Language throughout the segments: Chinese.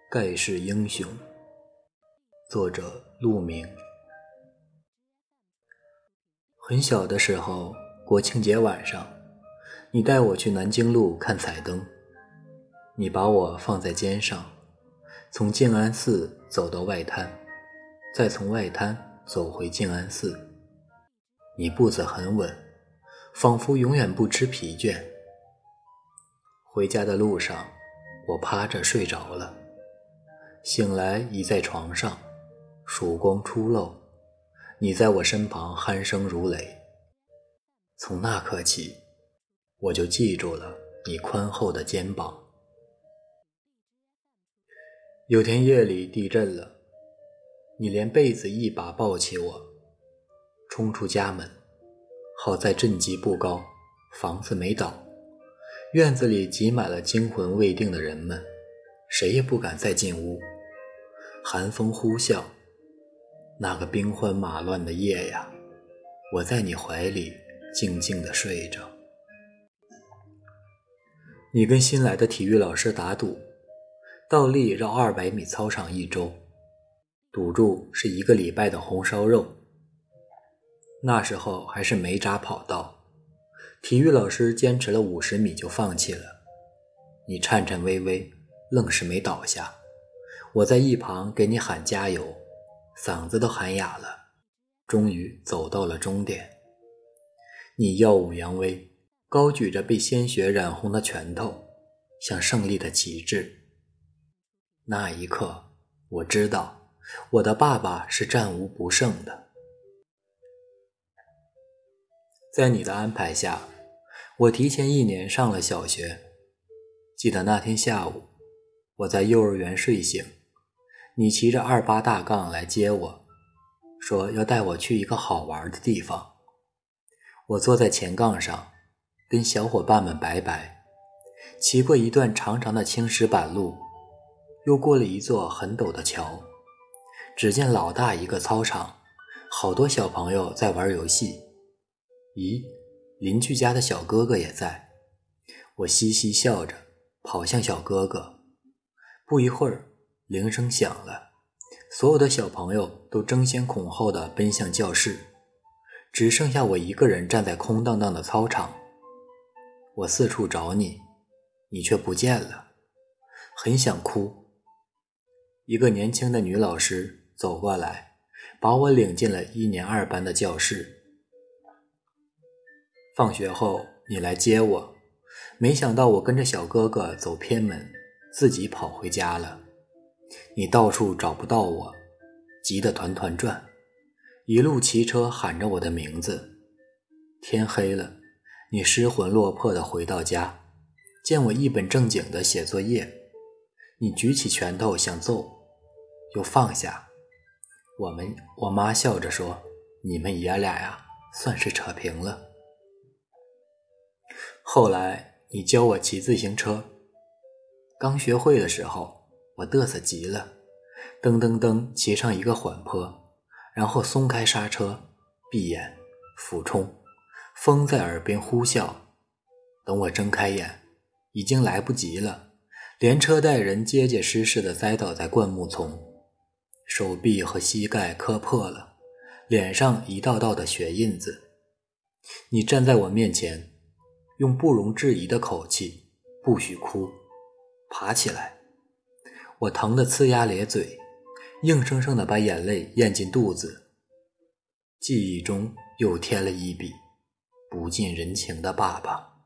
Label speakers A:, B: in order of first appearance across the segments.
A: 盖世英雄，作者陆明。很小的时候，国庆节晚上，你带我去南京路看彩灯，你把我放在肩上，从静安寺走到外滩，再从外滩走回静安寺。你步子很稳，仿佛永远不知疲倦。回家的路上，我趴着睡着了，醒来已在床上，曙光初露，你在我身旁鼾声如雷。从那刻起，我就记住了你宽厚的肩膀。有天夜里地震了，你连被子一把抱起我，冲出家门。好在震级不高，房子没倒，院子里挤满了惊魂未定的人们，谁也不敢再进屋。寒风呼啸，那个兵荒马乱的夜呀，我在你怀里静静地睡着。你跟新来的体育老师打赌，倒立绕200米操场1周，赌注是1个礼拜的红烧肉。那时候还是没闸跑道，体育老师坚持了50米就放弃了，你颤颤巍巍，愣是没倒下。我在一旁给你喊加油，嗓子都喊哑了，终于走到了终点。你耀武扬威，高举着被鲜血染红的拳头，像胜利的旗帜。那一刻，我知道我的爸爸是战无不胜的。在你的安排下，我提前1年上了小学。记得那天下午，我在幼儿园睡醒，你骑着28大杠来接我，说要带我去一个好玩的地方。我坐在前杠上，跟小伙伴们拜拜，骑过一段长长的青石板路，又过了一座很陡的桥。只见老大一个操场，好多小朋友在玩游戏。咦，邻居家的小哥哥也在。我嘻嘻笑着跑向小哥哥，不一会儿铃声响了，所有的小朋友都争先恐后地奔向教室，只剩下我一个人站在空荡荡的操场。我四处找你，你却不见了，很想哭。一个年轻的女老师走过来，把我领进了1年2班的教室。放学后你来接我，没想到我跟着小哥哥走偏门，自己跑回家了。你到处找不到我，急得团团转，一路骑车喊着我的名字。天黑了，你失魂落魄地回到家，见我一本正经地写作业，你举起拳头想揍，又放下。我妈笑着说，你们爷俩呀，算是扯平了。后来你教我骑自行车，刚学会的时候我嘚瑟极了，噔噔噔骑上一个缓坡，然后松开刹车，闭眼俯冲，风在耳边呼啸。等我睁开眼，已经来不及了，连车带人结结实实地栽倒在灌木丛，手臂和膝盖磕破了，脸上一道道的血印子。你站在我面前，用不容置疑的口气，不许哭，爬起来。我疼得呲牙咧嘴，硬生生地把眼泪咽进肚子。记忆中又添了一笔不近人情的爸爸。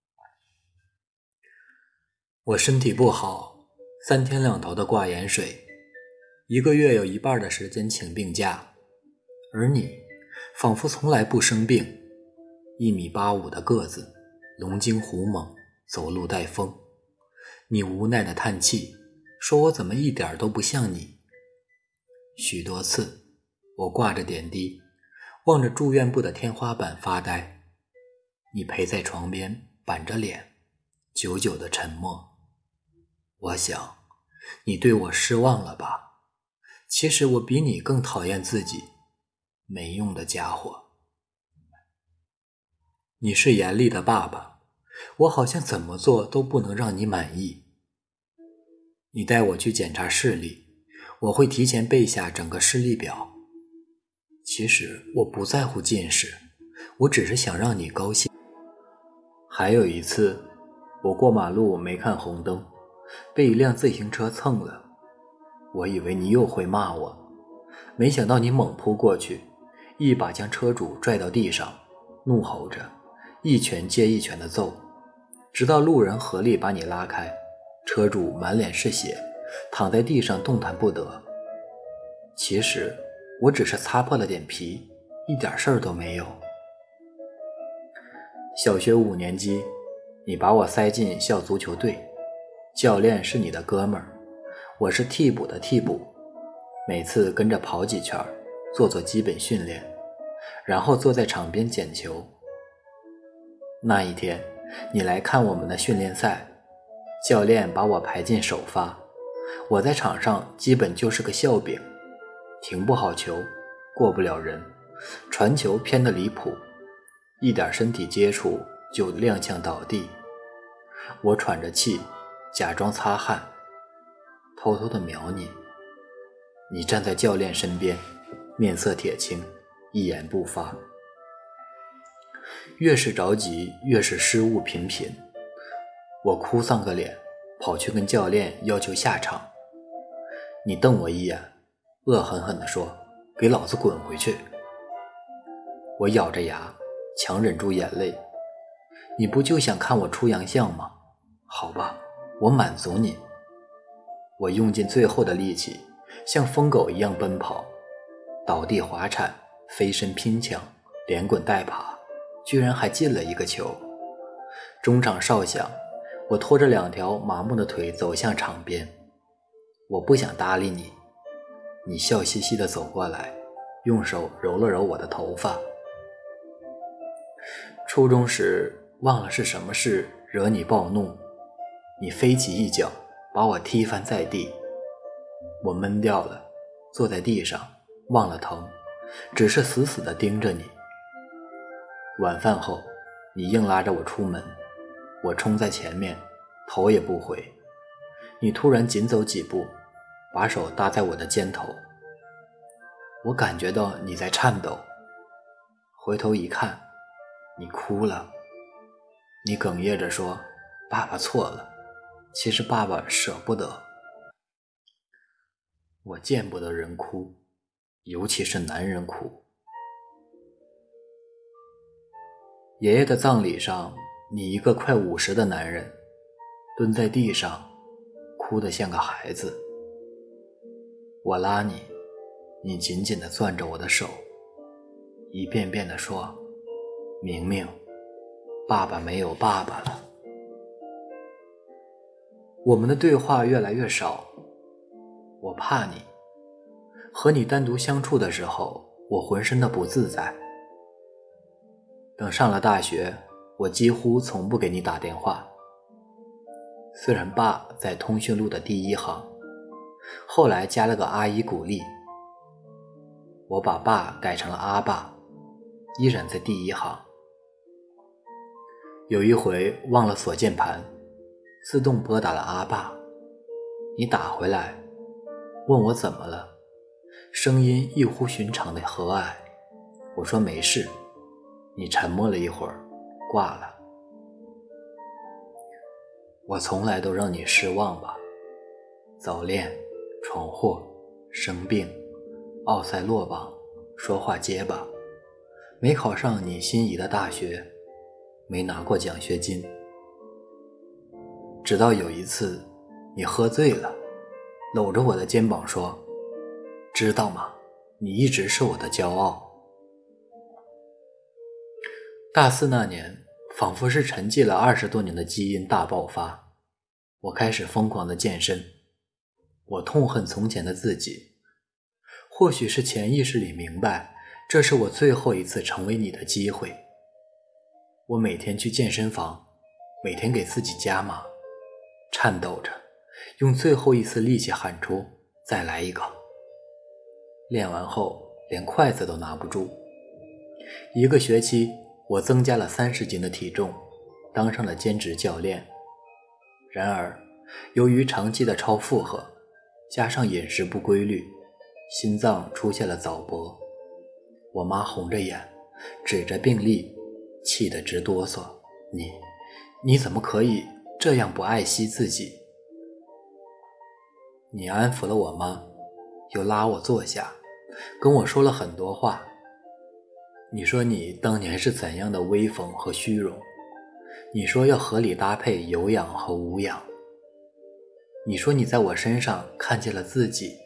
A: 我身体不好，3天2头的挂盐水，1个月有一半的时间请病假，而你仿佛从来不生病，1.85米的个子，龙精虎猛，走路带风。你无奈地叹气，说我怎么一点都不像你。许多次我挂着点滴，望着住院部的天花板发呆，你陪在床边板着脸，久久的沉默。我想你对我失望了吧，其实我比你更讨厌自己，没用的家伙。你是严厉的爸爸，我好像怎么做都不能让你满意。 你带我去检查视力，我会提前背下整个视力表。其实我不在乎近视，我只是想让你高兴。还有一次，我过马路没看红灯，被一辆自行车蹭了。我以为你又会骂我，没想到你猛扑过去，一把将车主拽到地上，怒吼着，一拳接一拳地揍，直到路人合力把你拉开。车主满脸是血，躺在地上动弹不得。其实我只是擦破了点皮，一点事儿都没有。小学5年级，你把我塞进校足球队，教练是你的哥们儿，我是替补的替补，每次跟着跑几圈，做基本训练，然后坐在场边捡球。那一天，你来看我们的训练赛，教练把我排进首发，我在场上基本就是个笑柄，停不好球，过不了人，传球偏得离谱，一点身体接触就踉跄倒地。我喘着气，假装擦汗，偷偷地瞄你。你站在教练身边，面色铁青，一言不发。越是着急，越是失误频频。我哭丧个脸，跑去跟教练要求下场。你瞪我一眼，恶狠狠地说：“给老子滚回去！”我咬着牙，强忍住眼泪。你不就想看我出洋相吗？好吧，我满足你。我用尽最后的力气，像疯狗一样奔跑，倒地滑铲，飞身拼抢，连滚带爬，居然还进了一个球。中场哨响，我拖着2条麻木的腿走向场边。我不想搭理你，你笑嘻嘻地走过来，用手揉了揉我的头发。初中时忘了是什么事惹你暴怒，你飞起一脚把我踢翻在地，我闷掉了，坐在地上忘了疼，只是死死地盯着你。晚饭后你硬拉着我出门，我冲在前面，头也不回。你突然紧走几步，把手搭在我的肩头，我感觉到你在颤抖。回头一看，你哭了。你哽咽着说：“爸爸错了，其实爸爸舍不得。”我见不得人哭，尤其是男人哭。爷爷的葬礼上，你一个快50的男人，蹲在地上，哭得像个孩子。我拉你，你紧紧地攥着我的手，一遍遍地说：“明明，爸爸没有爸爸了。”我们的对话越来越少，我怕你。和你单独相处的时候，我浑身的不自在。等上了大学，我几乎从不给你打电话。虽然爸在通讯录的第1行，后来加了个阿姨鼓励，我把爸改成了阿爸，依然在第1行。有一回忘了锁键盘，自动拨打了阿爸，你打回来问我怎么了，声音异乎寻常的和蔼。我说没事，你沉默了一会儿，挂了。我从来都让你失望吧，早恋、闯祸、生病、奥赛落榜、说话结巴，没考上你心仪的大学，没拿过奖学金。直到有一次你喝醉了，搂着我的肩膀说：“知道吗？你一直是我的骄傲。”大4那年，仿佛是沉寂了20多年的基因大爆发，我开始疯狂的健身。我痛恨从前的自己，或许是潜意识里明白，这是我最后一次成为你的机会。我每天去健身房，每天给自己加码，颤抖着，用最后一丝力气喊出：“再来一个。”练完后连筷子都拿不住。1个学期，我增加了30斤的体重，当上了兼职教练。然而由于长期的超负荷，加上饮食不规律，心脏出现了早搏。我妈红着眼，指着病历，气得直哆嗦。你怎么可以这样不爱惜自己？你安抚了我妈，又拉我坐下，跟我说了很多话。你说你当年是怎样的威风和虚荣，你说要合理搭配有氧和无氧，你说你在我身上看见了自己。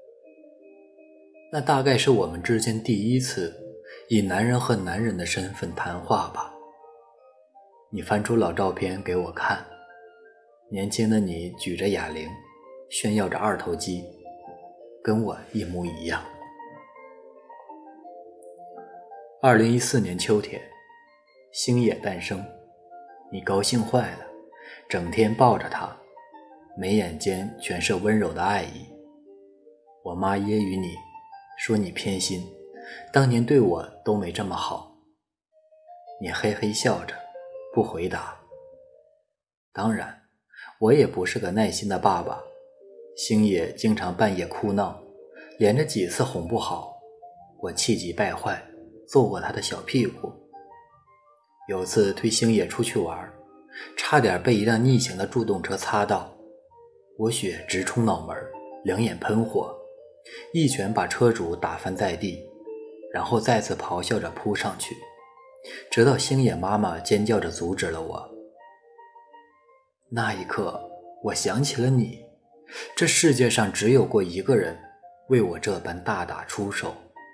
A: 那大概是我们之间第一次以男人和男人的身份谈话吧。你翻出老照片给我看，年轻的你举着哑铃，炫耀着二头肌，跟我一模一样。2014年秋天，星野诞生，你高兴坏了，整天抱着他，眉眼间全是温柔的爱意。我妈揶揄你，说你偏心，当年对我都没这么好。你嘿嘿笑着，不回答。当然，我也不是个耐心的爸爸，星野经常半夜哭闹，连着几次哄不好，我气急败坏，揍过他的小屁股。有次推星野出去玩，差点被一辆逆行的助动车擦到，我血直冲脑门，两眼喷火，一拳把车主打翻在地，然后再次咆哮着扑上去，直到星野妈妈尖叫着阻止了我。那一刻，我想起了你，这世界上只有过一个人为我这般大打出手。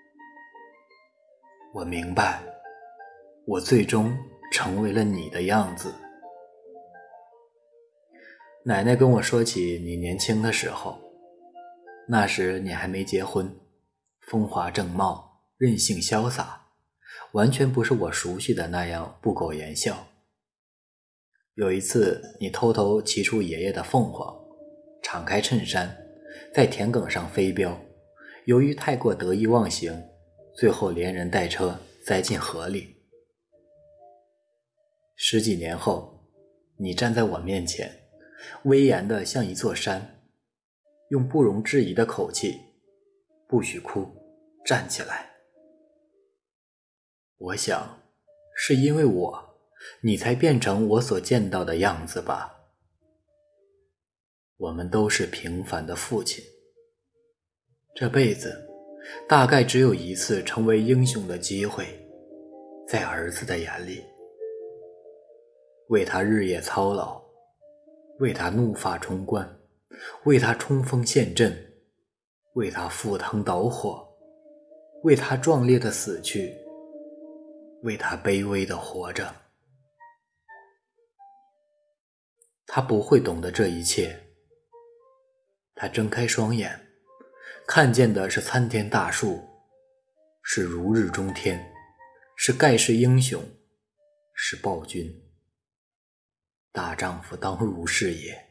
A: 我明白，我最终成为了你的样子。奶奶跟我说起你年轻的时候，那时你还没结婚，风华正茂，任性潇洒，完全不是我熟悉的那样不苟言笑。有一次你偷偷骑出爷爷的凤凰，敞开衬衫，在田埂上飞镖，由于太过得意忘形，最后连人带车栽进河里。10几年后，你站在我面前，威严得像一座山，用不容置疑的口气，不许哭，站起来。我想，是因为我，你才变成我所见到的样子吧。我们都是平凡的父亲，这辈子大概只有一次成为英雄的机会，在儿子的眼里，为他日夜操劳，为他怒发冲冠，为他冲锋陷阵，为他赴汤蹈火，为他壮烈的死去，为他卑微的活着。他不会懂得这一切，他睁开双眼，看见的是参天大树，是如日中天，是盖世英雄，是暴君。大丈夫当如是也。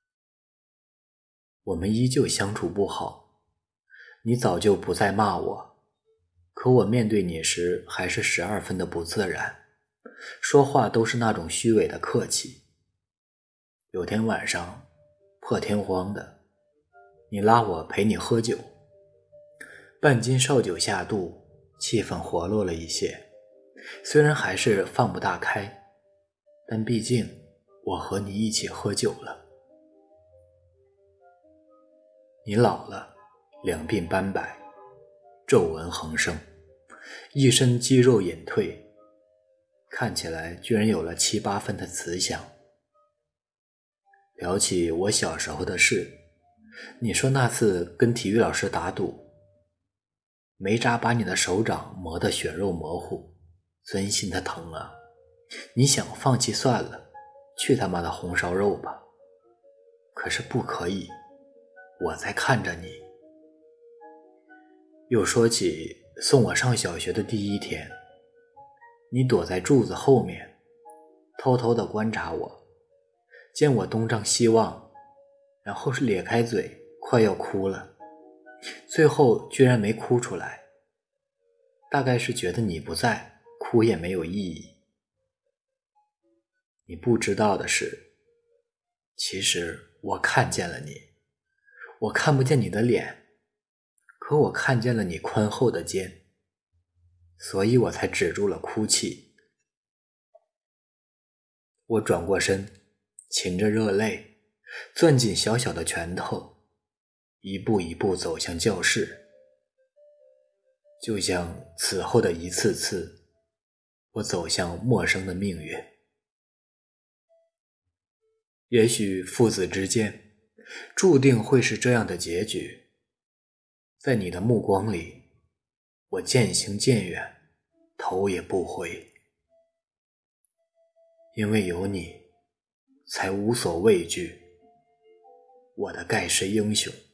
A: 我们依旧相处不好，你早就不再骂我，可我面对你时还是12分的不自然，说话都是那种虚伪的客气。有天晚上破天荒的，你拉我陪你喝酒，半斤绍酒下肚，气氛活络了一些，虽然还是放不大开，但毕竟我和你一起喝酒了。你老了，两鬓斑白，皱纹横生，一身肌肉隐退，看起来居然有了7、8分的慈祥。聊起我小时候的事，你说那次跟体育老师打赌，煤渣把你的手掌磨得血肉模糊，钻心的疼啊！你想放弃算了，去他妈的红烧肉吧。可是不可以，我在看着你。又说起送我上小学的第一天，你躲在柱子后面，偷偷地观察我，见我东张西望，然后是咧开嘴，快要哭了，最后居然没哭出来，大概是觉得你不在，哭也没有意义。你不知道的是，其实我看见了你，我看不见你的脸，可我看见了你宽厚的肩，所以我才止住了哭泣。我转过身，噙着热泪，攥紧小小的拳头，一步一步走向教室。就像此后的一次次，我走向陌生的命运。也许父子之间注定会是这样的结局，在你的目光里，我渐行渐远，头也不回。因为有你，才无所畏惧，我的盖世英雄。